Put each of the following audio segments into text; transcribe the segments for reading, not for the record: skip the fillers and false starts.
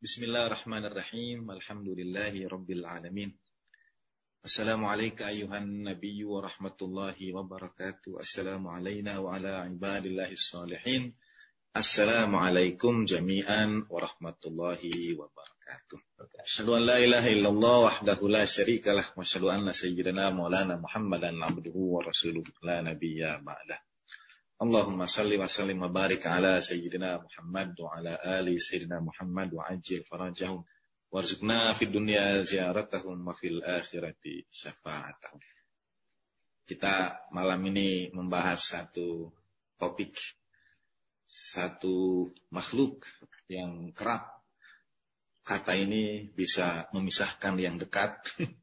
Bismillahirrahmanirrahim. Alhamdulillahi rabbil alamin. Assalamualaikum ayuhan nabiyyu wa rahmatullahi wa barakatuh. Assalamu alayna wa ala ibadillahi salihin. Assalamualaikum jami'an wa rahmatullahi wa barakatuh. Asyhadu an la ilaha illallah wahdahu la syarikalah wa asyhadu anna sayyidina maulana Muhammadan abduhu wa rasuluhu la nabiyya ba'dah. Allahumma salli wa sallim wa barik ala sayyidina Muhammad wa ala ali sayyidina Muhammad wa ajil farajahum warzuqna fid dunya ziyaratahum wa fil akhirati syafa'atahum. Kita malam ini membahas satu topik, satu makhluk yang kerap kata ini bisa memisahkan yang dekat,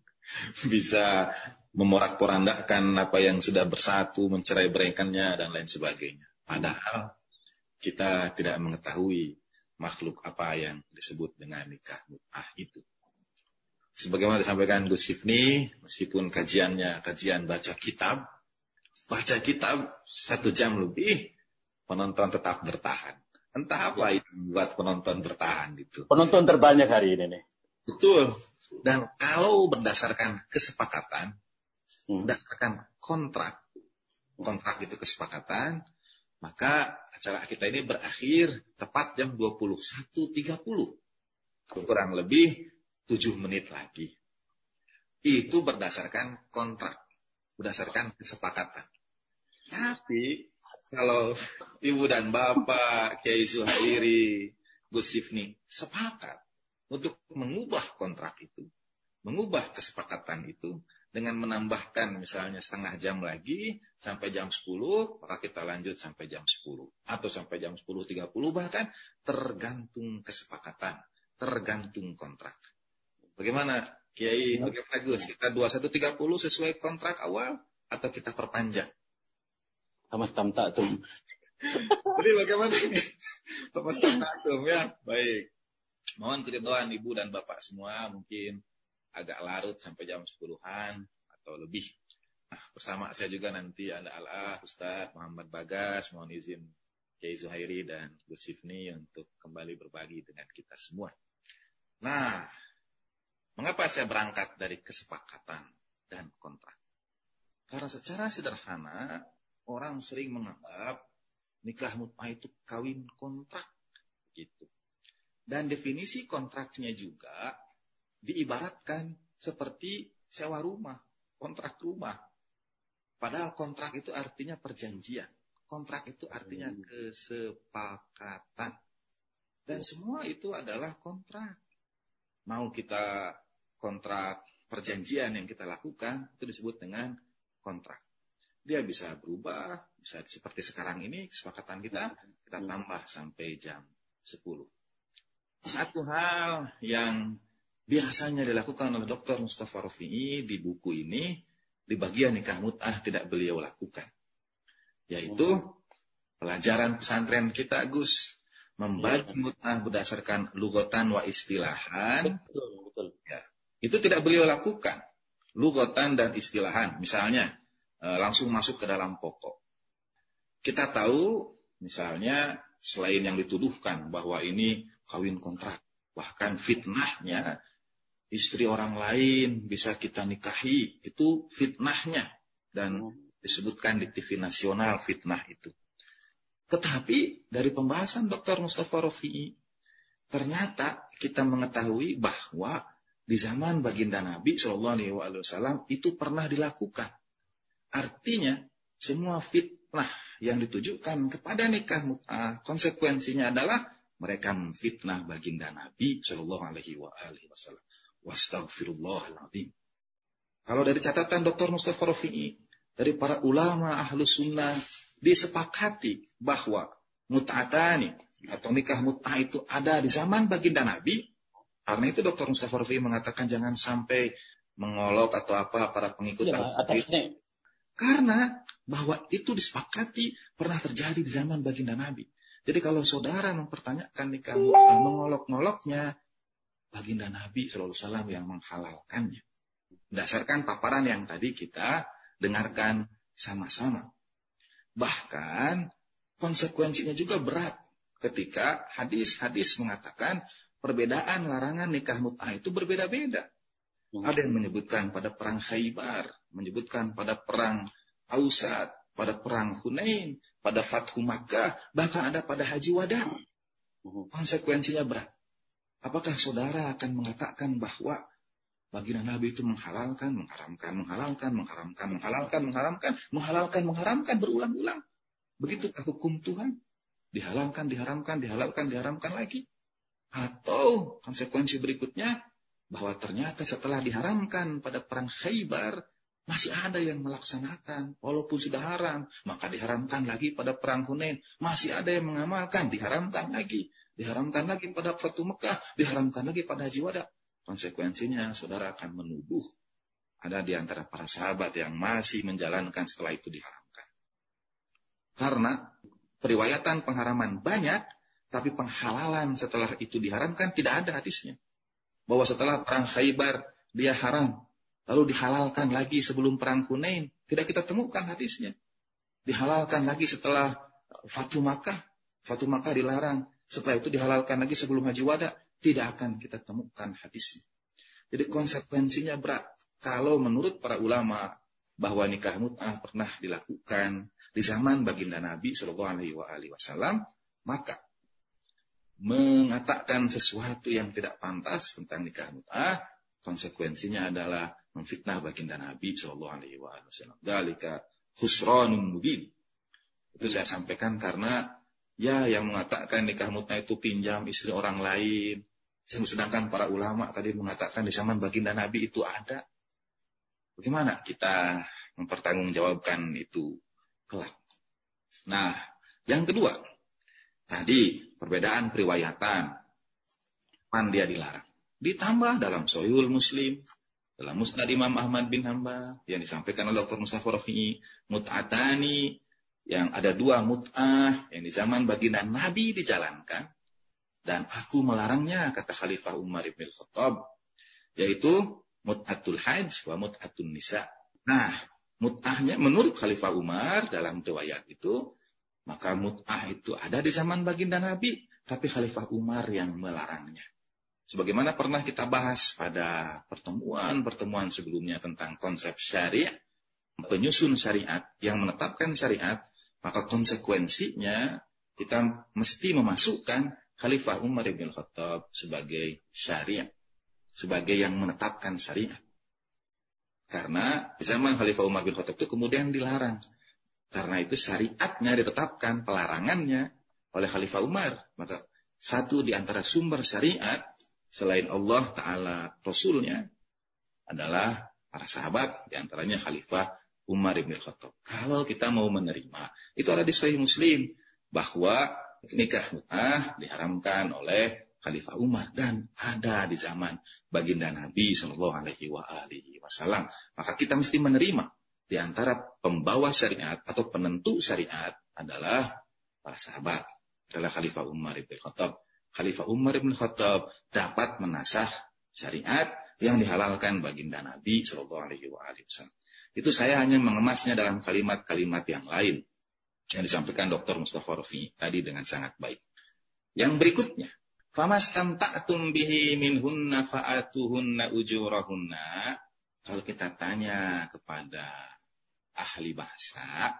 bisa memorak-porandakan apa yang sudah bersatu, mencerai-beraikannya dan lain sebagainya. Padahal kita tidak mengetahui makhluk apa yang disebut dengan nikah mut'ah itu. Sebagaimana disampaikan Gus Sifni, meskipun kajiannya kajian baca kitab 1 jam lebih, penonton tetap bertahan. Entah apa itu buat penonton bertahan gitu. Penonton terbanyak hari ini nih. Betul. Dan kalau berdasarkan kesepakatan, berdasarkan kontrak itu kesepakatan, maka acara kita ini berakhir tepat jam 21.30. Kurang lebih 7 menit lagi. Itu berdasarkan kontrak, berdasarkan kesepakatan. Tapi kalau Ibu dan Bapak, Kiai Zuhairi, Gus Sifni sepakat untuk mengubah kontrak itu, mengubah kesepakatan itu, dengan menambahkan misalnya setengah jam lagi sampai jam 10, maka kita lanjut sampai jam 10. Atau sampai jam 10.30 bahkan, tergantung kesepakatan, tergantung kontrak. Bagaimana Kiai, bagaimana Gus? Kita 21.30 sesuai kontrak awal atau kita perpanjang? Tamas-tam-tatum. Jadi bagaimana ini? Tamas-tam-tatum ya, baik. Mohon keridhaan Ibu dan Bapak semua, mungkin agak larut sampai jam 10-an atau lebih. Nah, bersama saya juga nanti ada Ustadz Muhammad Bagas, mohon izin Kiai Zuhairi dan Gus Sifni untuk kembali berbagi dengan kita semua. Nah, mengapa saya berangkat dari kesepakatan dan kontrak? Karena secara sederhana, orang sering menganggap nikah mut'ah itu kawin kontrak gitu. Dan definisi kontraknya juga diibaratkan seperti sewa rumah, kontrak rumah. Padahal kontrak itu artinya perjanjian. Kontrak itu artinya kesepakatan. Dan semua itu adalah kontrak. Mau kita kontrak perjanjian yang kita lakukan, itu disebut dengan kontrak. Dia bisa berubah, bisa seperti sekarang ini, kesepakatan kita tambah sampai jam 10. Satu hal yang biasanya dilakukan oleh Dr. Mustafa Rafi'i di buku ini, di bagian nikah mut'ah tidak beliau lakukan. Yaitu pelajaran pesantren kita, Gus. Membagi mut'ah berdasarkan lugatan wa istilahan. Betul. Ya, itu tidak beliau lakukan. Lugatan dan istilahan. Misalnya, langsung masuk ke dalam pokok. Kita tahu, misalnya, selain yang dituduhkan bahwa ini kawin kontrak. Bahkan fitnahnya, istri orang lain bisa kita nikahi, itu fitnahnya. Dan disebutkan di TV nasional fitnah itu. Tetapi dari pembahasan Dr. Mustafa Rafi'i, ternyata kita mengetahui bahwa di zaman baginda Nabi SAW itu pernah dilakukan. Artinya semua fitnah yang ditujukan kepada nikah mut'ah, konsekuensinya adalah mereka memfitnah baginda Nabi SAW. Wastaghfirullahaladzim. Kalau dari catatan Dr. Mustafa Rafi'i, dari para ulama ahlus sunnah, disepakati bahwa mut'atani atau nikah mut'ah itu ada di zaman baginda Nabi. Karena itu Dr. Mustafa Rafi'i mengatakan jangan sampai mengolok atau apa para pengikut Nabi. Karena bahwa itu disepakati pernah terjadi di zaman baginda Nabi. Jadi kalau saudara mempertanyakan nikah mut'ah, mengolok-ngoloknya, baginda Nabi SAW yang menghalalkannya. Berdasarkan paparan yang tadi kita dengarkan sama-sama. Bahkan konsekuensinya juga berat ketika hadis-hadis mengatakan perbedaan larangan nikah mut'ah itu berbeda-beda. Ada yang menyebutkan pada perang Khaybar, menyebutkan pada perang Ausad, pada perang Hunain, pada Fathu Makkah, bahkan ada pada Haji Wada. Konsekuensinya berat. Apakah saudara akan mengatakan bahwa baginda Nabi itu menghalalkan, menghalalkan berulang-ulang? Begitukah hukum Tuhan? Dihalalkan, diharamkan lagi. Atau konsekuensi berikutnya, bahwa ternyata setelah diharamkan pada perang Khaybar, masih ada yang melaksanakan, walaupun sudah haram, maka diharamkan lagi pada perang Hunain. Masih ada yang mengamalkan, diharamkan lagi pada Fathu Mekah, diharamkan lagi pada Haji Wada. Konsekuensinya, saudara akan menuduh ada di antara para sahabat yang masih menjalankan setelah itu diharamkan. Karena periwayatan pengharaman banyak, tapi penghalalan setelah itu diharamkan tidak ada hadisnya. Bahwa setelah perang Khaybar dia haram, lalu dihalalkan lagi sebelum perang Hunain, tidak kita temukan hadisnya. Dihalalkan lagi setelah Fathu Makkah dilarang, setelah itu dihalalkan lagi sebelum Haji Wada, tidak akan kita temukan hadisnya. Jadi konsekuensinya berat. Kalau menurut para ulama bahwa nikah mut'ah pernah dilakukan di zaman baginda Nabi SAW, maka mengatakan sesuatu yang tidak pantas tentang nikah mut'ah, konsekuensinya adalah memfitnah baginda Nabi SAW. Dzalika khusranun mubin. Itu saya sampaikan karena yang mengatakan nikah mut'ah itu pinjam istri orang lain, sedangkan para ulama tadi mengatakan di zaman baginda Nabi itu ada. Bagaimana kita mempertanggungjawabkan itu kelak? Nah, yang kedua, tadi perbedaan periwayatan, kapan dia dilarang. Ditambah dalam Sahihul Muslim, dalam Musnad Imam Ahmad bin Hanbal, yang disampaikan oleh Dr. Mustafa Rafi'i, mut'atani, yang ada 2 mut'ah, yang di zaman baginda Nabi dijalankan, dan aku melarangnya, kata Khalifah Umar ibn Khattab, yaitu mut'atul hajj wa mut'atul nisa. Nah, mut'ahnya menurut Khalifah Umar dalam riwayat itu, maka mut'ah itu ada di zaman baginda Nabi, tapi Khalifah Umar yang melarangnya. Sebagaimana pernah kita bahas pada pertemuan sebelumnya tentang konsep syariat, penyusun syariat yang menetapkan syariat, maka konsekuensinya kita mesti memasukkan Khalifah Umar bin Khattab sebagai syariat, sebagai yang menetapkan syariat. Karena di zaman Khalifah Umar bin Khattab itu kemudian dilarang. Karena itu syariatnya ditetapkan, pelarangannya oleh Khalifah Umar. Maka satu di antara sumber syariat selain Allah Ta'ala Rasulnya adalah para sahabat, di antaranya Khalifah Umar bin Khattab. Kalau kita mau menerima, itu ada di Sahih Muslim, bahwa nikah mut'ah diharamkan oleh Khalifah Umar dan ada di zaman baginda Nabi SAW. Maka kita mesti menerima. Di antara pembawa syariat atau penentu syariat adalah para sahabat, adalah Khalifah Umar bin Khattab. Khalifah Umar bin Khattab dapat menasah syariat yang dihalalkan baginda Nabi SAW. Itu saya hanya mengemasnya dalam kalimat-kalimat yang lain yang disampaikan Dr. Mustafa Rafi'i tadi dengan sangat baik. Yang berikutnya, famastamta'tum bihi minhunna fa'atuhunna ujurahunna. Kalau kita tanya kepada ahli bahasa,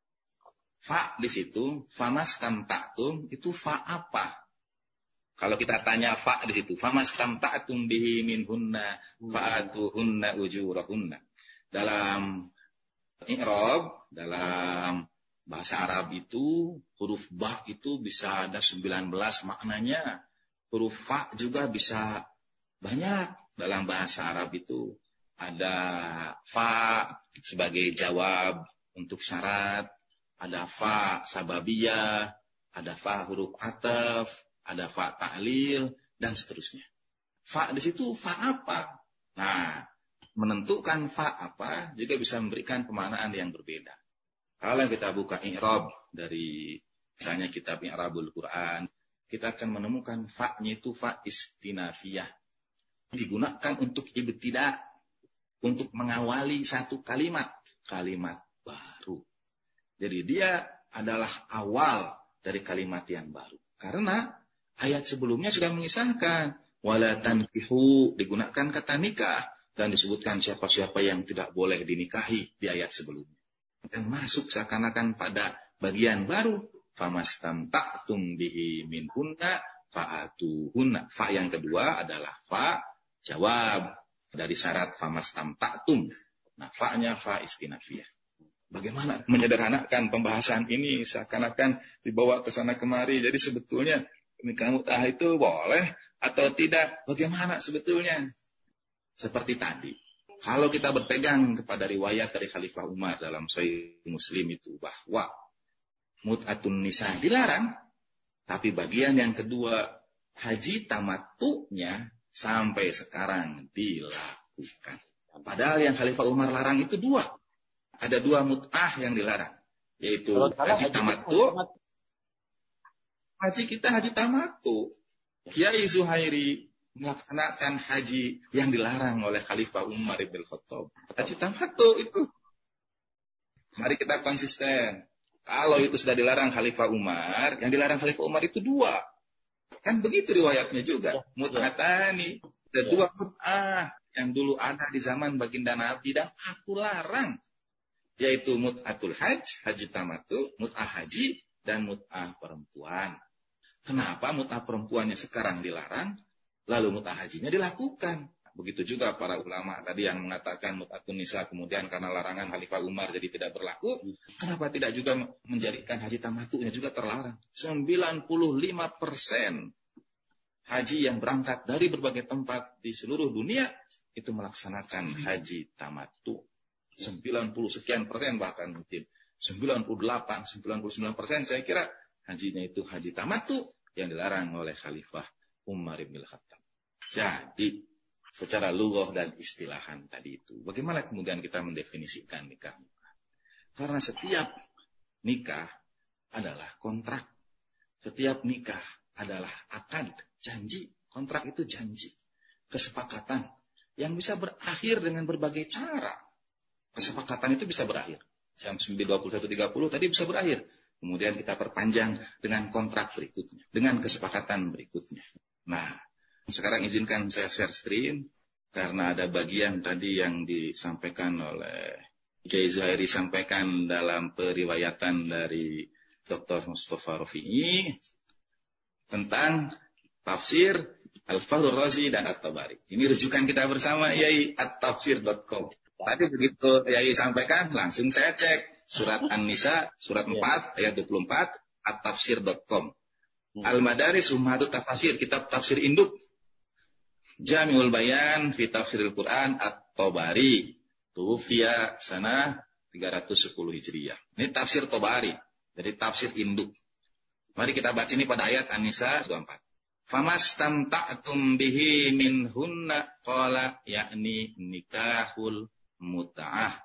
fa di situ, famastamta'tum itu fa apa? Kalau kita tanya fa di situ, famastamta'tum bihi minhunna fa'atuhunna ujurahunna. Dalam i'rab, dalam bahasa Arab itu, huruf ba itu bisa ada 19 maknanya. Huruf fa juga bisa banyak dalam bahasa Arab itu. Ada fa sebagai jawab untuk syarat, ada fa sababiyah, ada fa huruf ataf, ada fa ta'lil, dan seterusnya. Fa di situ fa apa? Nah, menentukan fa apa juga bisa memberikan pemaknaan yang berbeda. Kalau kita buka i'rab dari misalnya kitab I'rabul Quran, kita akan menemukan fa-nya itu fa istinafiyah. Digunakan untuk ibtida, untuk mengawali satu kalimat baru. Jadi dia adalah awal dari kalimat yang baru. Karena Ayat sebelumnya sudah mengisahkan. Wala tankihu, digunakan kata nikah. Dan disebutkan siapa-siapa yang tidak boleh dinikahi di ayat sebelumnya. Dan masuk seakan-akan pada bagian baru. Famastamta'tum bihi min hunna fa'atuhunna. Fa yang kedua adalah fa jawab dari syarat famastamta'tum. Nah, fa-nya fa istinafiyah. Bagaimana menyederhanakan pembahasan ini seakan-akan dibawa ke sana kemari. Jadi sebetulnya nikah mut'ah itu boleh atau tidak? Bagaimana sebetulnya? Seperti tadi. Kalau kita berpegang kepada riwayat dari Khalifah Umar dalam Sahih Muslim itu bahwa mut'atun nisa dilarang, tapi bagian yang kedua haji tamattu'nya sampai sekarang dilakukan. Padahal yang Khalifah Umar larang itu dua. Ada dua mut'ah yang dilarang, yaitu haji tamattu'. Haji kita haji tamattu'. Kiai Zuhairi melaksanakan haji yang dilarang oleh Khalifah Umar ibn Khattab. Haji tamattu itu. Mari kita konsisten. Kalau itu sudah dilarang Khalifah Umar, yang dilarang Khalifah Umar itu dua. Kan begitu riwayatnya juga. Mut'atani. Ada dua mut'ah yang dulu ada di zaman baginda Nabi dan aku larang. Yaitu mut'atul hajj, haji tamattu, mut'ah haji, dan mut'ah perempuan. Kenapa mut'ah perempuannya sekarang dilarang? Lalu mut'ah hajinya dilakukan. Begitu juga para ulama tadi yang mengatakan mut'atun nisa kemudian karena larangan Khalifah Umar jadi tidak berlaku. Kenapa tidak juga menjadikan haji tamattu'nya juga terlarang? 95% haji yang berangkat dari berbagai tempat di seluruh dunia itu melaksanakan haji tamattu'. 90 sekian persen bahkan mungkin 98, 99% saya kira hajinya itu haji tamattu' yang dilarang oleh Khalifah Umar bin Khattab. Jadi, secara lughah dan istilahan tadi itu, bagaimana kemudian kita mendefinisikan nikah? Karena setiap nikah adalah kontrak. Setiap nikah adalah akad, janji. Kontrak itu janji. Kesepakatan yang bisa berakhir dengan berbagai cara. Kesepakatan itu bisa berakhir. Jam 21.30 tadi bisa berakhir. Kemudian kita perpanjang dengan kontrak berikutnya. Dengan kesepakatan berikutnya. Nah, sekarang izinkan saya share screen karena ada bagian tadi yang disampaikan oleh Kiai Zuhairi sampaikan dalam periwayatan dari Dr. Mustafa Rafi'i tentang tafsir Al-Fakhrur Razi dan At-Tabari. Ini rujukan kita bersama Yai at-tafsir.com. Tadi begitu Yai sampaikan langsung saya cek surat An-Nisa surat 4 ayat 24 at-tafsir.com. Al-Madaris Ummahatut Tafasir, kitab tafsir induk. Jami'ul Bayan fi Tafsiril Quran At-Tabari. Tufiya sana 310 Hijriyah. Ini tafsir Tabari, jadi tafsir induk. Mari kita baca ini pada ayat An-Nisa 24. Famastamta'tum bihi min hunna qala yakni nikahul mut'ah.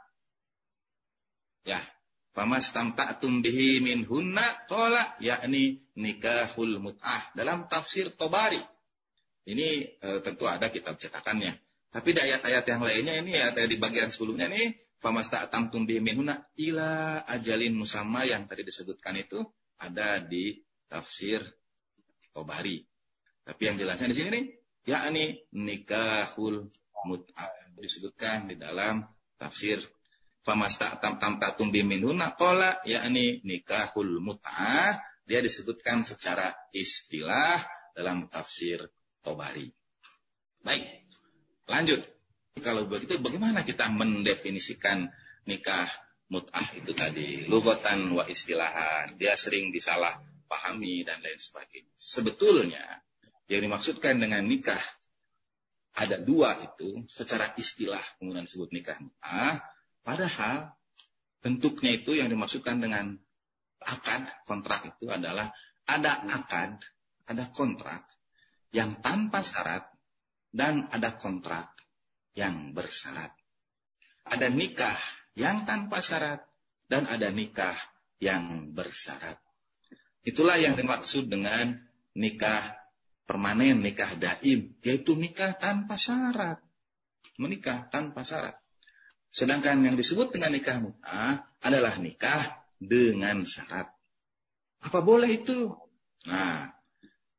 Ya. Famastamta'tum bihi min hunna qala yakni nikahul mut'ah. Dalam tafsir Tabari. Ini tentu ada kitab cetakannya. Tapi di ayat-ayat yang lainnya ini ya di bagian sebelumnya ini famasta'tamtum bihi min hunna ila ajalin musamma yang tadi disebutkan itu ada di tafsir Tabari. Tapi yang jelasnya di sini nih yakni nikahul mut'ah disebutkan di dalam tafsir famasta'tamtum bihi min hunna qala yakni nikahul mut'ah. Dia disebutkan secara istilah dalam tafsir Tabari. Baik, lanjut. Kalau begitu bagaimana kita mendefinisikan nikah mut'ah itu tadi? Lughatan wa istilahan. Dia sering disalah pahami dan lain sebagainya. Sebetulnya yang dimaksudkan dengan nikah ada dua itu secara istilah kemudian disebut nikah mut'ah. Padahal bentuknya itu yang dimaksudkan dengan akad, kontrak itu adalah ada akad, ada kontrak yang tanpa syarat dan ada kontrak yang bersyarat. Ada nikah yang tanpa syarat dan ada nikah yang bersyarat. Itulah yang dimaksud dengan nikah permanen, nikah daim, yaitu nikah tanpa syarat. Menikah tanpa syarat. Sedangkan yang disebut dengan nikah mut'ah adalah nikah dengan syarat. Apa boleh itu? Nah,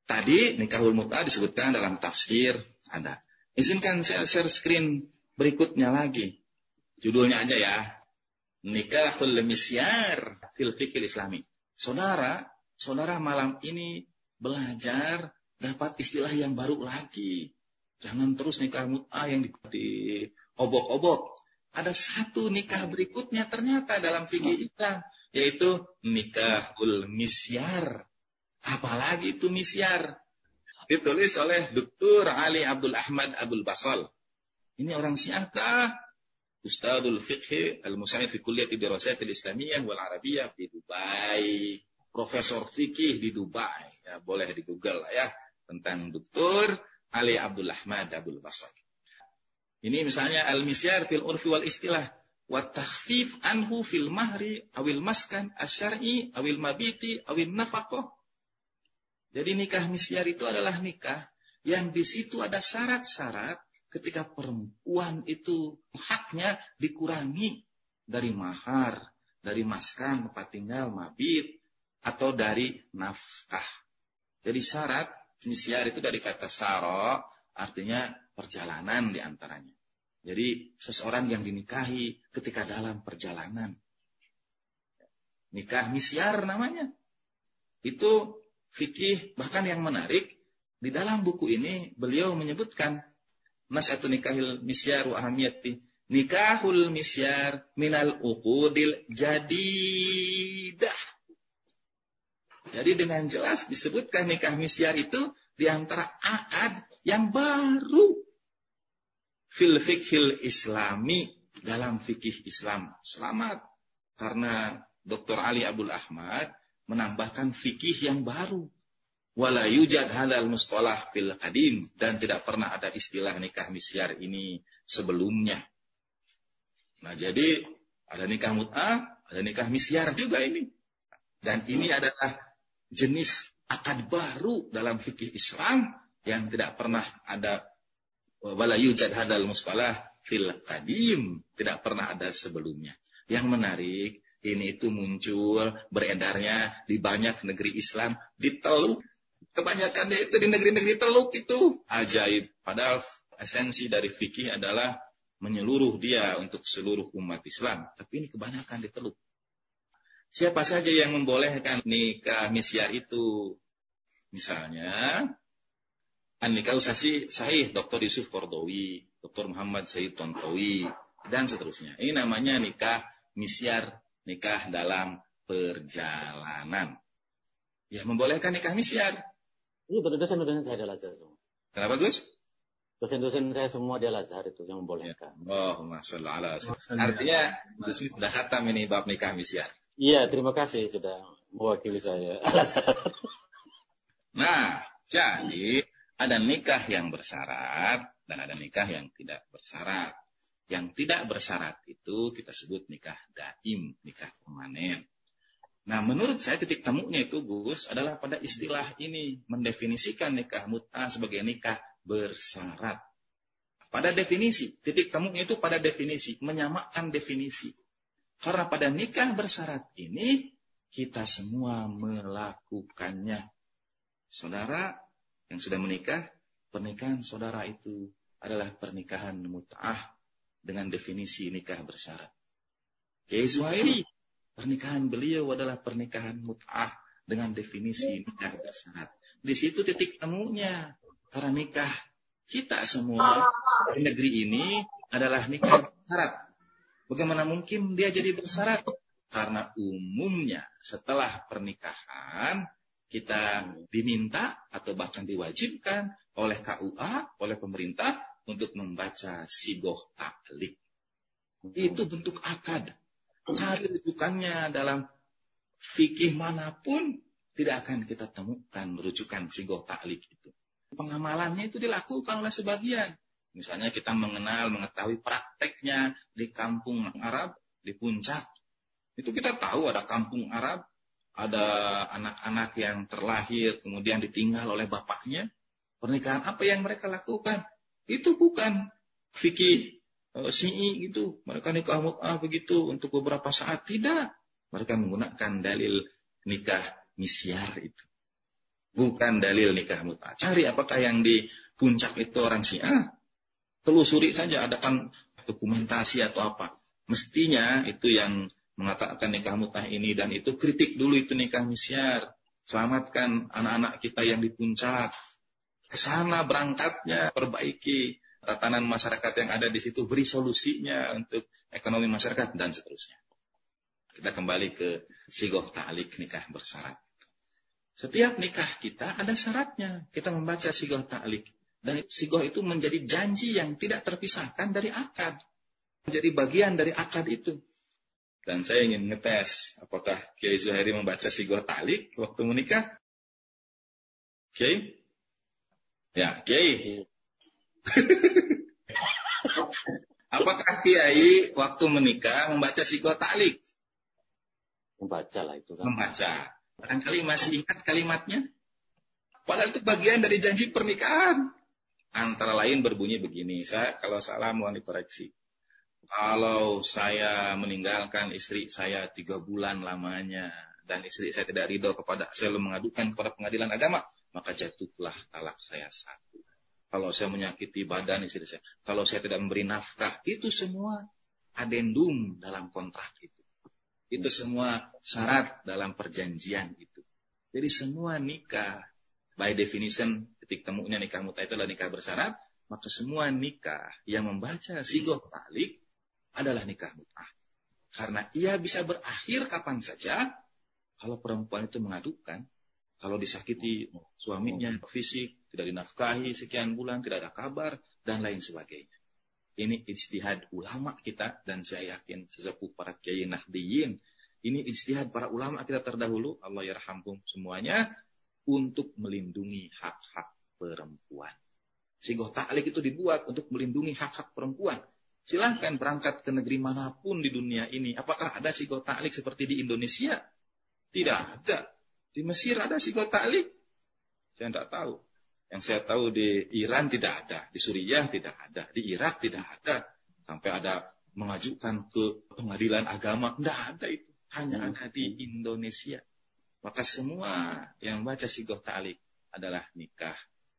Tadi nikahul mut'ah disebutkan dalam tafsir ada. Izinkan saya share screen berikutnya lagi. Judulnya aja ya. Nikahul misyar fil fiqhil islami. Saudara malam ini belajar dapat istilah yang baru lagi. Jangan terus nikah mut'ah yang diobok-obok. Ada satu nikah berikutnya ternyata dalam fikih Islam, yaitu nikahul misyar. Apalagi itu misyar? Ditulis oleh Dr. Ali Abdul Ahmad Abdul Basal. Ini orang Syiah, Ustadzul Fiqh Al-Musa'id fi Kulliyati Dirasat Al-Islamiyah wal Arabiyyah di Dubai. Profesor fikih di Dubai. Ya, boleh di Google lah ya. Tentang Dr. Ali Abdul Ahmad Abdul Basal. Ini misalnya al-misyar fil urfi wal istilah. Wa takhfif anhu fil mahri awil maskan asyar'i awil mabiti awil nafaqah. Jadi nikah misyar itu adalah nikah yang di situ ada syarat-syarat ketika perempuan itu haknya dikurangi dari mahar, dari maskan, tempat tinggal, mabit, atau dari nafkah. Jadi syarat misyar itu dari kata syara, artinya perjalanan di antaranya. Jadi seseorang yang dinikahi ketika dalam perjalanan. Nikah misyar namanya. Itu fikih bahkan yang menarik. Di dalam buku ini beliau menyebutkan Nas'atu nikahil misyar wa ahamiyati. Nikahul misyar minal uqudil jadidah. Jadi dengan jelas disebutkan nikah misyar itu di antara akad yang baru fil fiqhil islami, dalam fikih Islam. Selamat karena Dr. Ali Abdul Ahmad menambahkan fikih yang baru. Wala yujad halal mustalah fil qadim, dan tidak pernah ada istilah nikah misyar ini sebelumnya. Nah, jadi ada nikah mut'ah, ada nikah misyar juga ini. Dan ini adalah jenis akad baru dalam fikih Islam yang tidak pernah ada. Wala yujad hadal mustalah fil qadim, tidak pernah ada sebelumnya. Yang menarik, ini itu muncul beredarnya di banyak negeri Islam di Teluk. Kebanyakan itu di negeri-negeri Teluk itu ajaib. Padahal esensi dari fikih adalah menyeluruh dia untuk seluruh umat Islam. Tapi ini kebanyakan di Teluk. Siapa saja yang membolehkan nikah misyar itu? Misalnya an-nikah sahih Dr. Yusuf Qaradawi, Dr. Muhammad Said Tontowi, dan seterusnya. Ini namanya nikah misyar, nikah dalam perjalanan. Ya, membolehkan nikah misyar. Ini dosen-dosen saya di Al-Azhar semua. Kenapa, Gus? Dosen-dosen saya semua di Al-Azhar itu yang membolehkan. Oh, masalah. Artinya, Gus sudah khatam ini bab nikah misyar. Iya, terima kasih sudah mewakili saya. Nah, jadi ada nikah yang bersyarat dan ada nikah yang tidak bersyarat. Yang tidak bersyarat itu kita sebut nikah daim, nikah permanen. Nah, menurut saya titik temunya itu, Gus, adalah pada istilah ini, mendefinisikan nikah mut'ah sebagai nikah bersyarat. Pada definisi, titik temunya itu pada definisi, menyamakan definisi. Karena pada nikah bersyarat ini, kita semua melakukannya. Saudara yang sudah menikah, pernikahan saudara itu adalah pernikahan mut'ah dengan definisi nikah bersyarat. Kiai Zuhairi, pernikahan beliau adalah pernikahan mut'ah dengan definisi nikah bersyarat. Di situ titik temunya. Karena nikah kita semua di negeri ini adalah nikah bersyarat. Bagaimana mungkin dia jadi bersyarat? Karena umumnya setelah pernikahan kita diminta atau bahkan diwajibkan oleh KUA, oleh pemerintah untuk membaca sigoh ta'liq. Itu bentuk akad. Cari rujukannya dalam fikih manapun tidak akan kita temukan rujukan sigoh ta'liq itu. Pengamalannya itu dilakukan oleh sebagian. Misalnya kita mengetahui prakteknya di kampung Arab, di Puncak. Itu kita tahu ada kampung Arab, ada anak-anak yang terlahir kemudian ditinggal oleh bapaknya. Pernikahan apa yang mereka lakukan? Itu bukan fikih Syi'i gitu. Mereka nikah mut'ah begitu untuk beberapa saat. Tidak. Mereka menggunakan dalil nikah misyar itu. bukan dalil nikah mut'ah. Cari apakah yang di puncak itu orang Syiah, telusuri saja, adakan dokumentasi atau apa. Mestinya itu yang mengatakan nikah mut'ah ini dan itu, kritik dulu itu nikah misyar. Selamatkan anak-anak kita yang di puncak. Kesana berangkatnya, perbaiki tatanan masyarakat yang ada di situ, beri solusinya untuk ekonomi masyarakat dan seterusnya. Kita kembali ke sigoh ta'liq, nikah bersyarat. Setiap nikah kita ada syaratnya. Kita membaca sigoh ta'liq. Dan sigoh itu menjadi janji yang tidak terpisahkan dari akad. Menjadi bagian dari akad itu. Dan saya ingin ngetes, apakah Kiai Zuhairi membaca sigoh ta'liq waktu menikah? Kiai? Ya, Kiai. Apakah Kiai waktu menikah membaca sigoh ta'liq? Membaca lah itu kan. Membaca. Barangkali masih ingat kalimatnya? Padahal itu bagian dari janji pernikahan. Antara lain berbunyi begini. Kalau salah mohon dikoreksi. Kalau saya meninggalkan istri saya 3 bulan lamanya dan istri saya tidak ridho kepada, saya mengadukan kepada pengadilan agama, maka jatuhlah talak saya 1. Kalau saya menyakiti badan istri saya, kalau saya tidak memberi nafkah, itu semua adendum dalam kontrak itu. Itu semua syarat dalam perjanjian itu. Jadi semua nikah, by definition, titik temunya nikah mut'ah itu adalah nikah bersyarat, maka semua nikah yang membaca sigoh ta'liq adalah nikah mut'ah. Karena ia bisa berakhir kapan saja, kalau perempuan itu mengadukan, kalau disakiti suaminya fisik, tidak dinafkahi sekian bulan, tidak ada kabar, dan lain sebagainya. Ini ijtihad ulama kita, dan saya yakin sesepuh para kiai nahdiyin. Ini ijtihad para ulama kita terdahulu, Allah yarhamhum semuanya, untuk melindungi hak-hak perempuan. Sigoh ta'liq itu dibuat untuk melindungi hak-hak perempuan. Silahkan berangkat ke negeri manapun di dunia ini. Apakah ada sigoh ta'liq seperti di Indonesia? Tidak ada. Di Mesir ada sigoh ta'liq? Saya tidak tahu. Yang saya tahu di Iran tidak ada, di Suriah tidak ada, di Irak tidak ada. Sampai ada mengajukan ke pengadilan agama, tidak ada itu. Hanya ada di Indonesia. Maka semua yang baca sigoh ta'liq adalah nikah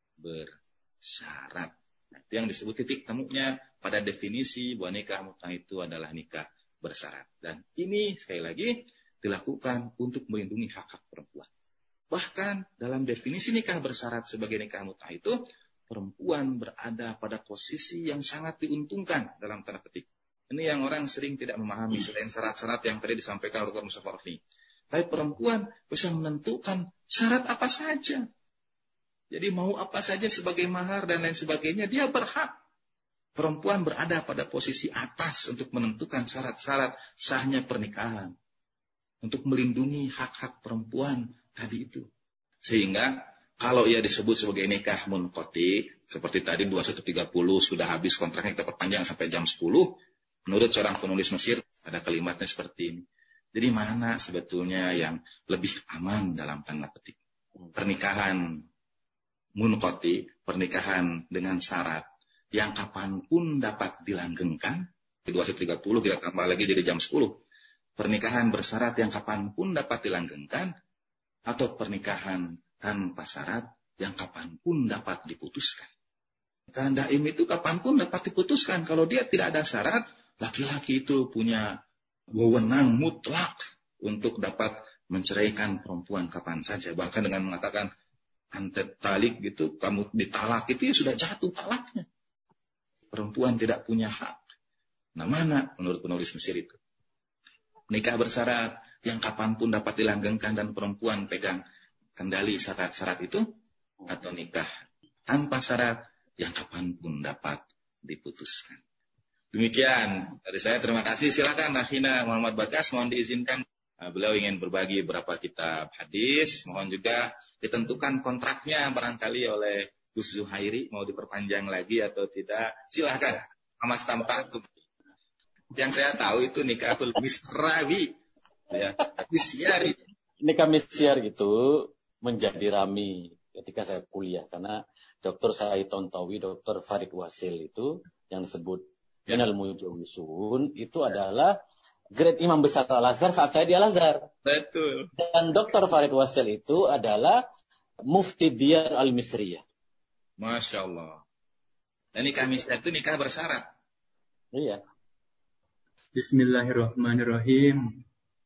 bersyarat. Nah, itu yang disebut titik temunya pada definisi bahwa nikah mut'ah itu adalah nikah bersyarat. Dan ini sekali lagi dilakukan untuk melindungi hak-hak perempuan. Bahkan dalam definisi nikah bersyarat sebagai nikah mut'ah itu, perempuan berada pada posisi yang sangat diuntungkan dalam tanda petik. Ini yang orang sering tidak memahami selain syarat-syarat yang tadi disampaikan Dr. Mustafa Raffi. Tapi perempuan bisa menentukan syarat apa saja. Jadi mau apa saja sebagai mahar dan lain sebagainya, dia berhak. Perempuan berada pada posisi atas untuk menentukan syarat-syarat sahnya pernikahan. Untuk melindungi hak-hak perempuan tadi itu. Sehingga kalau ia disebut sebagai nikah munqati, seperti tadi 21.30 sudah habis kontraknya, kita perpanjang sampai jam 10. Menurut seorang penulis Mesir, ada kalimatnya seperti ini. Jadi mana sebetulnya yang lebih aman dalam tanda petik? Pernikahan munqati, pernikahan dengan syarat yang kapanpun dapat dilanggengkan. Di 21.30 kita tambah lagi jadi jam 10. Pernikahan bersyarat yang kapanpun dapat dilanggengkan, atau pernikahan tanpa syarat yang kapanpun dapat diputuskan. Pernikahan daim itu kapanpun dapat diputuskan. Kalau dia tidak ada syarat, laki-laki itu punya wewenang mutlak untuk dapat menceraikan perempuan kapan saja. Bahkan dengan mengatakan antet talik gitu, kamu ditalak itu ya sudah jatuh talaknya. Perempuan tidak punya hak. Nah mana menurut penulis Mesir itu? Nikah bersyarat yang kapanpun dapat dilanggengkan dan perempuan pegang kendali syarat-syarat itu, atau nikah tanpa syarat yang kapanpun dapat diputuskan. Demikian dari saya, terima kasih. Silakan Akhina Muhammad Bagas, mohon diizinkan. Beliau ingin berbagi beberapa kitab hadis, mohon juga ditentukan kontraknya barangkali oleh Gus Zuhairi, mau diperpanjang lagi atau tidak. Silakan, Mas Tampak. Yang saya tahu itu nikahul misrawi, ya, misyari. Nikah misyar gitu menjadi rami ketika saya kuliah, karena Dr. Said Tontowi, Dr. Farid Wasil itu yang disebut Minal Mujawisun itu adalah grade imam besar Al-Azhar saat saya di Al-Azhar. Betul. Dan Dr. Farid Wasil itu adalah Mufti Diyar Al-Misriyah. Masya Allah. Dan nikah misdah itu nikah bersyarat. Iya. Bismillahirrahmanirrahim.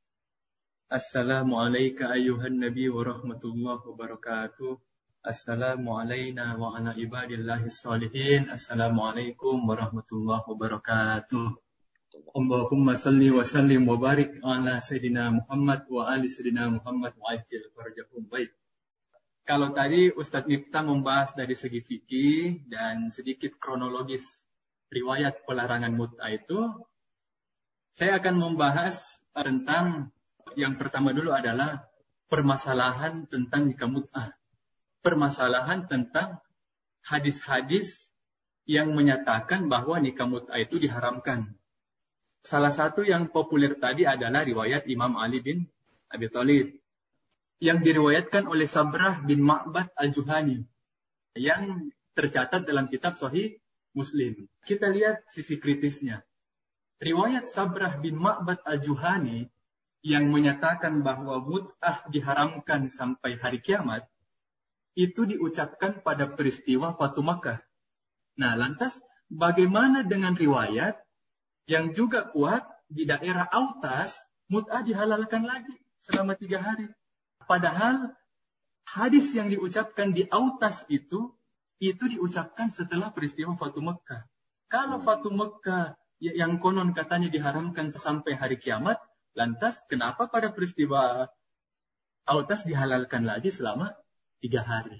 Assalamualaikum ayuhan nabi wa rahmatullahi wabarakatuh. Assalamualaikum wa ala ibadillahis salihin. Assalamualaikum warahmatullahi wabarakatuh. Allahumma salli wa sallim wa barik ala Sayyidina Muhammad wa ali Sayyidina Muhammad wa ajil farjahum. Baik. Kalau tadi Ustadz Miftah membahas dari segi fikih dan sedikit kronologis riwayat pelarangan mut'ah itu, saya akan membahas tentang yang pertama dulu adalah permasalahan tentang nikah mut'ah. Permasalahan tentang hadis-hadis yang menyatakan bahwa nikah mut'ah itu diharamkan. Salah satu yang populer tadi adalah riwayat Imam Ali bin Abi Thalib yang diriwayatkan oleh Sabrah bin Ma'bad Al-Juhani yang tercatat dalam kitab Sahih Muslim. Kita lihat sisi kritisnya. Riwayat Sabrah bin Ma'bad Al-Juhani yang menyatakan bahwa mut'ah diharamkan sampai hari kiamat itu diucapkan pada peristiwa Fatu Makkah. Nah, lantas bagaimana dengan riwayat yang juga kuat di daerah Autas, mut'ah dihalalkan lagi selama 3 hari. Padahal hadis yang diucapkan di Autas itu diucapkan setelah peristiwa Fatu Makkah. Kalau Fatu Makkah yang konon katanya diharamkan sampai hari kiamat, lantas kenapa pada peristiwa Autas dihalalkan lagi selama 3 hari?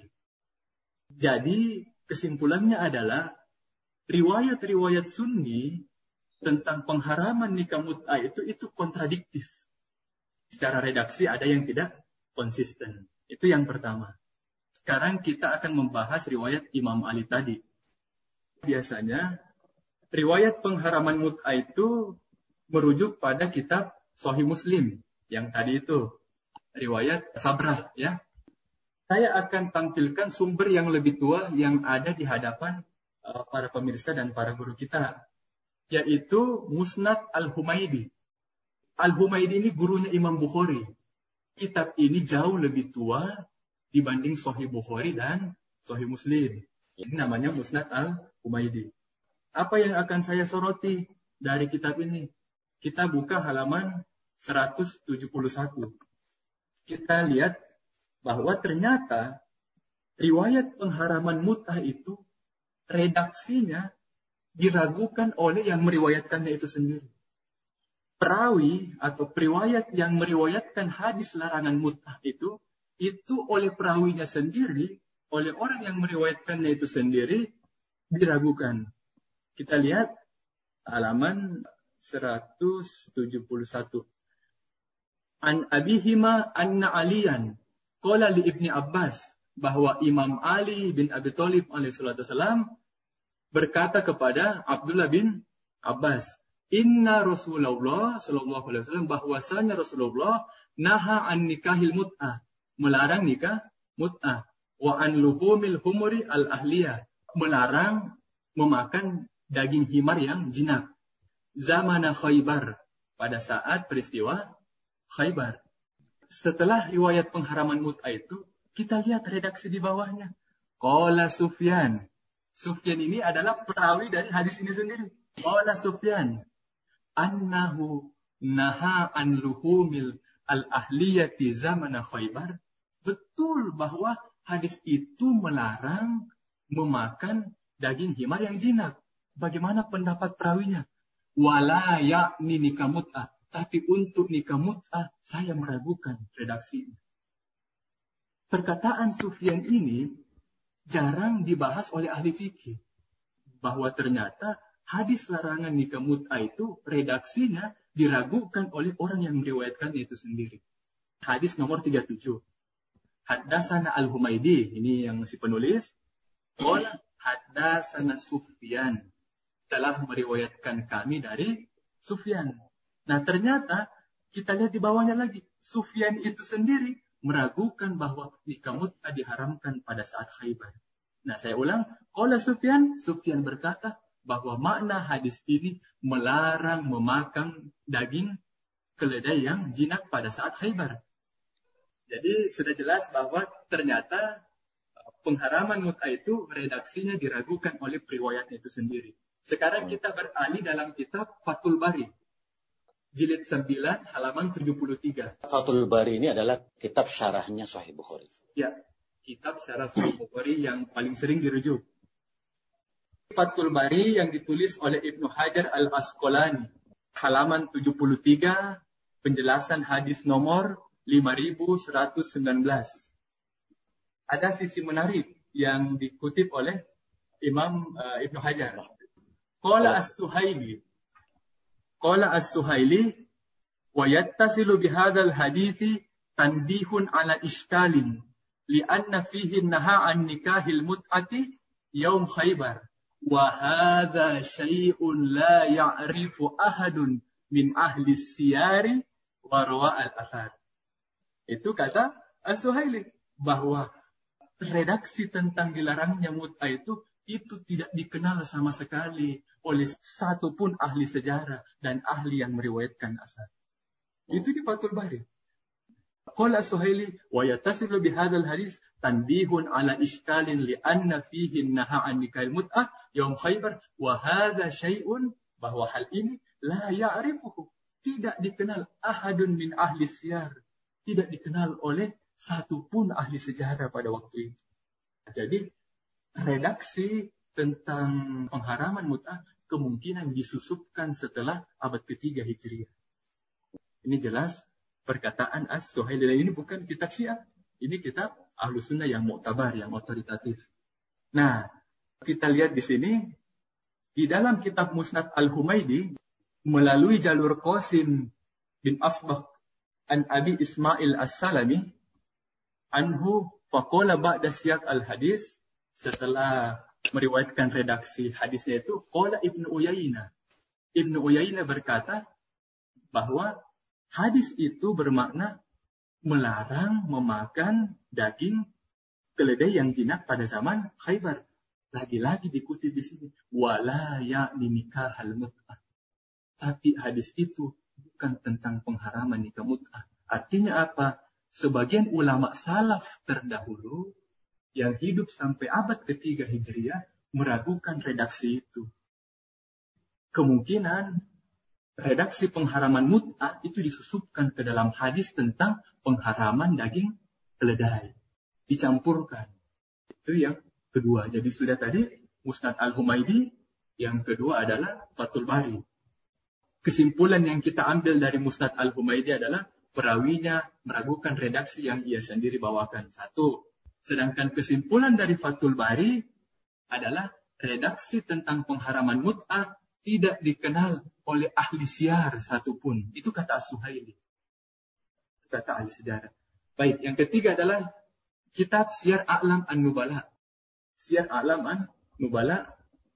Jadi kesimpulannya adalah riwayat-riwayat Sunni tentang pengharaman nikah mut'ah itu kontradiktif. Secara redaksi ada yang tidak konsisten. Itu yang pertama. Sekarang kita akan membahas riwayat Imam Ali tadi. Biasanya riwayat pengharaman mut'ah itu merujuk pada kitab Sahih Muslim yang tadi itu riwayat Sabrah, ya. Saya akan tampilkan sumber yang lebih tua yang ada di hadapan para pemirsa dan para guru kita, yaitu Musnad Al-Humaidi. Al-Humaidi ini gurunya Imam Bukhari. Kitab ini jauh lebih tua dibanding Sahih Bukhari dan Sahih Muslim. Ini namanya Musnad Al-Humaidi. Apa yang akan saya soroti dari kitab ini? Kita buka halaman 171. Kita lihat bahwa ternyata riwayat pengharaman mut'ah itu redaksinya diragukan oleh yang meriwayatkannya itu sendiri. Perawi atau periwayat yang meriwayatkan hadis larangan mut'ah itu oleh perawinya sendiri, oleh orang yang meriwayatkannya itu sendiri diragukan. Kita lihat halaman 171. An Abihima anna Aliyan qala li Ibni Abbas, bahwa Imam Ali bin Abi Thalib alaihissalam berkata kepada Abdullah bin Abbas, Inna Rasulullah sallallahu alaihi wasallam, bahwasanya Rasulullah naha an nikahil mut'ah, melarang nikah mut'ah, wa an luhumil humuri al ahliyah, melarang memakan daging himar yang jinak. Zamana Khaybar, pada saat peristiwa Khaybar. Setelah riwayat pengharaman mut'ah itu, kita lihat redaksi di bawahnya. Qala Sufyan. Sufyan ini adalah perawi dari hadis ini sendiri. Qala Sufyan. Annahu naha an luhumil al-ahliyati zamana Khaybar. Betul bahwa hadis itu melarang memakan daging himar yang jinak. Bagaimana pendapat perawinya? Wala ya'ni nikah mut'ah. Tapi untuk nikah mut'ah, saya meragukan redaksinya. Perkataan Sufyan ini jarang dibahas oleh ahli fikih. Bahwa ternyata hadis larangan nikah mut'ah itu redaksinya diragukan oleh orang yang meriwayatkannya itu sendiri. Hadis nomor 37. Haddasana Al-Humaidi, ini yang si penulis. Qala haddasana Sufyan, telah meriwayatkan kami dari Sufyan. Nah ternyata kita lihat di bawahnya lagi. Sufyan itu sendiri meragukan bahwa nikah mut'ah diharamkan pada saat Khaybar. Nah saya ulang. Qala Sufyan, Sufyan berkata bahwa makna hadis ini melarang memakan daging keledai yang jinak pada saat Khaybar. Jadi sudah jelas bahwa ternyata pengharaman mut'ah itu redaksinya diragukan oleh periwayatnya itu sendiri. Sekarang kita beralih dalam kitab Fathul Bari. Jilid 9 halaman 73. Fathul Bari ini adalah kitab syarahnya Sahih Bukhari. Ya, kitab syarah Sahih Bukhari yang paling sering dirujuk. Fathul Bari yang ditulis oleh Ibnu Hajar Al-Asqalani. Halaman 73, penjelasan hadis nomor 5119. Ada sisi menarik yang dikutip oleh Imam Ibnu Hajar. Qala as-Suhaili wa yattasilu bihadzal hadithi tandihun ala ishkalin li'anna fihi naha an nikahil mut'ati yaum Khaybar wa hadza syai'un la ya'rifu ahadun min ahli siyari wa rawa al-athar. Itu kata as-Suhaili bahwa redaksi tentang dilarangnya mut'ah itu tidak dikenal sama sekali oleh satu pun ahli sejarah dan ahli yang meriwayatkan asar. Itu di Fathul Bari. Qala Suhaili wa yatasilu bihadzal hadis tanbihun ala ishkalin li'anna fihi naha an nikahil mut'ah yaum Khaybar wa hadza syai'un, bahwa hal ini la ya'rifuhu, tidak dikenal ahadun min ahli siyar, tidak dikenal oleh satu pun ahli sejarah pada waktu itu. Jadi redaksi tentang pengharaman mut'ah kemungkinan disusupkan setelah abad ketiga Hijriah. Ini jelas perkataan As-Suhaili. Ini bukan kitab Syiah, ini kitab Ahlus Sunnah yang muktabar, yang otoritatif. Nah, kita lihat di sini di dalam kitab Musnad Al-Humaidi melalui jalur Qasim bin Asbaq an Abi Ismail As-Salami anhu faqala ba'da siyaq al-hadis, setelah meriwayatkan redaksi hadisnya itu, qala Ibnu Uyainah. Ibnu Uyainah berkata bahwa hadis itu bermakna melarang memakan daging keledai yang jinak pada zaman Khaybar. Lagi-lagi dikutip di sini, wala ya'ni nikahal mut'ah. Tapi hadis itu bukan tentang pengharaman nikah mut'ah. Artinya apa? Sebagian ulama salaf terdahulu yang hidup sampai abad ketiga Hijriah meragukan redaksi itu. Kemungkinan redaksi pengharaman mut'ah itu disusupkan ke dalam hadis tentang pengharaman daging keledai. Dicampurkan. Itu yang kedua. Jadi sudah tadi Musnad Al-Humaidi, yang kedua adalah Fathul Bari. Kesimpulan yang kita ambil dari Musnad Al-Humaidi adalah perawinya meragukan redaksi yang ia sendiri bawakan. Satu. Sedangkan kesimpulan dari Fathul Bari adalah redaksi tentang pengharaman mut'ah tidak dikenal oleh ahli siyar satupun. Itu kata As-Suhaili. Itu kata ahli sejarah. Baik, yang ketiga adalah kitab Siyar A'lam An-Nubala. Siyar A'lam An-Nubala.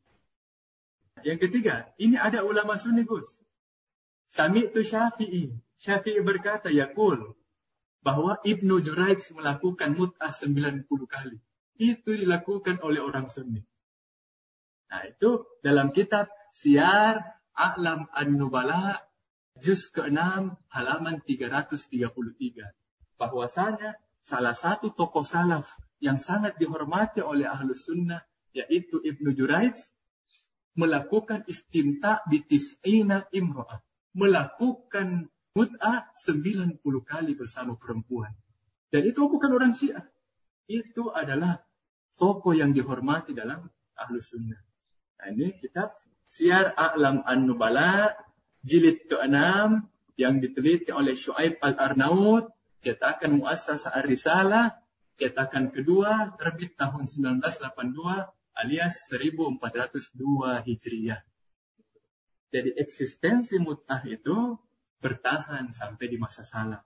Yang ketiga, ini ada ulama Sunni, Gus. Sami'tu Syafi'i. Syafi'i berkata, yaqul, bahwa Ibnu Jurayj melakukan mut'ah 90 kali. Itu dilakukan oleh orang Sunni. Nah, itu dalam kitab Siyar A'lam An-Nubala, juz ke-6, halaman 333. Bahwasanya salah satu tokoh salaf yang sangat dihormati oleh Ahlus Sunnah, yaitu Ibnu Jurayj, melakukan istimta' bitis'ina imro'ah. Melakukan mut'ah 90 kali bersama perempuan. Dan itu bukan orang Syiah. Itu adalah tokoh yang dihormati dalam Ahlus Sunnah. Nah, ini kitab Siyar A'lam An-Nubala, jilid ke-6, yang diteliti oleh Syu'aib Al-Arnaud, cetakan Muassasah Ar-Risalah, cetakan kedua, terbit tahun 1982, alias 1402 Hijriah. Jadi eksistensi mut'ah itu bertahan sampai di masa salaf.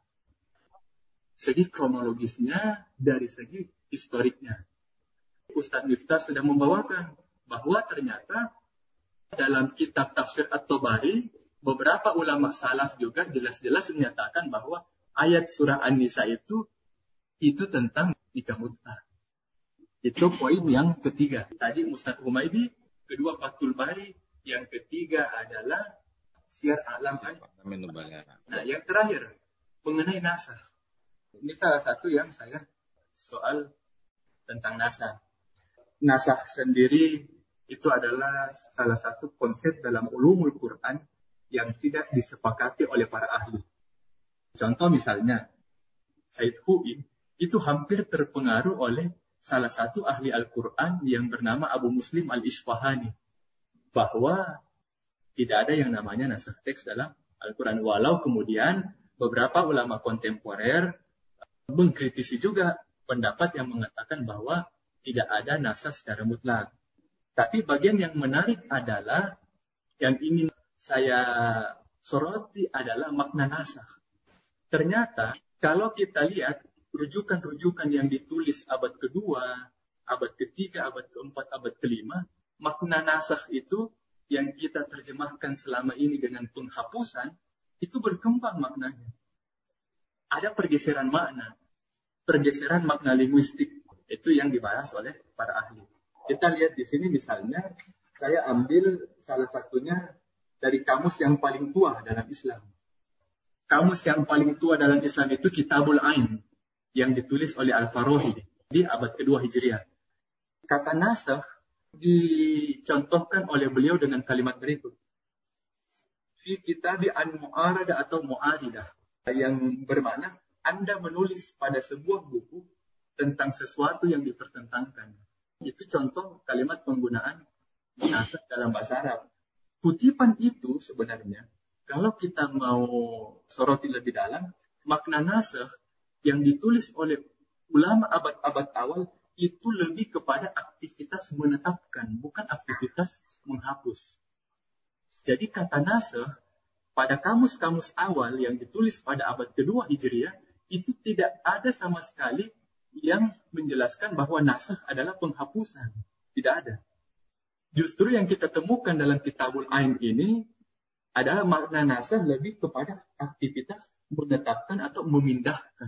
Segi kronologisnya, dari segi historiknya. Ustadz Miftah sudah membawakan bahwa ternyata dalam kitab tafsir At-Tabari, beberapa ulama salaf juga jelas-jelas menyatakan bahwa ayat surah An-Nisa itu tentang nikah mut'ah. Itu poin yang ketiga. Tadi Musnad Humaidi, kedua Fathul Bari, yang ketiga adalah Siyar A'lam An-Nubala. Nah, yang terakhir mengenai nasakh. Ini salah satu yang saya soal tentang nasakh. Nasakh sendiri itu adalah salah satu konsep dalam ulumul Quran yang tidak disepakati oleh para ahli. Contoh misalnya, Said Hu'i itu hampir terpengaruh oleh salah satu ahli Al-Quran yang bernama Abu Muslim Al-Isfahani, bahwa tidak ada yang namanya nasakh teks dalam Al-Quran. Walau kemudian beberapa ulama kontemporer mengkritisi juga pendapat yang mengatakan bahwa tidak ada nasakh secara mutlak. Tapi bagian yang menarik adalah, yang ingin saya soroti adalah makna nasakh. Ternyata kalau kita lihat rujukan-rujukan yang ditulis abad kedua, abad ketiga, abad keempat, abad kelima, makna nasakh itu yang kita terjemahkan selama ini dengan penghapusan, itu berkembang maknanya. Ada pergeseran makna linguistik. Itu yang dibahas oleh para ahli. Kita lihat di sini misalnya, saya ambil salah satunya dari kamus yang paling tua dalam Islam. Kamus yang paling tua dalam Islam itu Kitabul Ain, yang ditulis oleh Al-Farahi di abad kedua Hijriah. Kata nasakh dicontohkan oleh beliau dengan kalimat berikut. Fi kitabi an-mu'aradah atau mu'aridah, yang bermakna Anda menulis pada sebuah buku tentang sesuatu yang dipertentangkan. Itu contoh kalimat penggunaan nasakh dalam bahasa Arab. Kutipan itu sebenarnya, kalau kita mau soroti lebih dalam, makna nasakh yang ditulis oleh ulama abad-abad awal itu lebih kepada aktivitas menetapkan, bukan aktivitas menghapus. Jadi kata nasakh pada kamus-kamus awal yang ditulis pada abad kedua Hijriah itu tidak ada sama sekali yang menjelaskan bahwa nasakh adalah penghapusan. Tidak ada. Justru yang kita temukan dalam Kitabul Ain ini adalah makna nasakh lebih kepada aktivitas menetapkan atau memindahkan.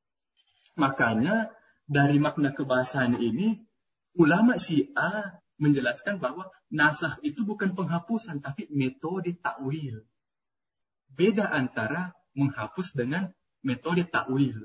Makanya dari makna kebahasaan ini, ulama Syiah menjelaskan bahwa nasakh itu bukan penghapusan, tapi metode takwil. Beda antara menghapus dengan metode takwil.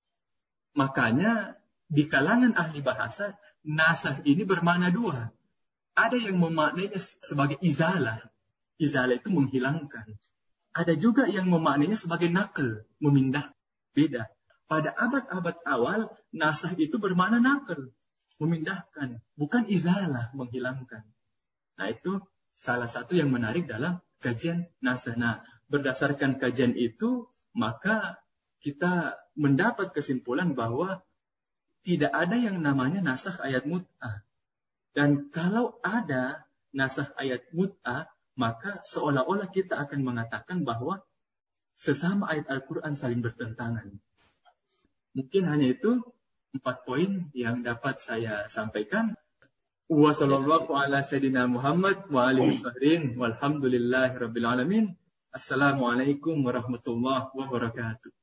Makanya di kalangan ahli bahasa, nasakh ini bermakna dua. Ada yang memaknainya sebagai izalah. Izalah itu menghilangkan. Ada juga yang memaknainya sebagai nakal, memindah. Beda. Pada abad-abad awal, nasakh itu bermakna nakal, memindahkan. Bukan izalah, menghilangkan. Nah itu salah satu yang menarik dalam kajian nasakh. Nah, berdasarkan kajian itu, maka kita mendapat kesimpulan bahwa tidak ada yang namanya nasakh ayat mut'ah. Dan kalau ada nasakh ayat mut'ah, maka seolah-olah kita akan mengatakan bahwa sesama ayat Al-Quran saling bertentangan. Mungkin hanya itu 4 poin yang dapat saya sampaikan. Wa sallallahu ala sayyidina Muhammad wa alihi tahrin walhamdulillahi rabbil alamin. Assalamualaikum warahmatullahi wabarakatuh.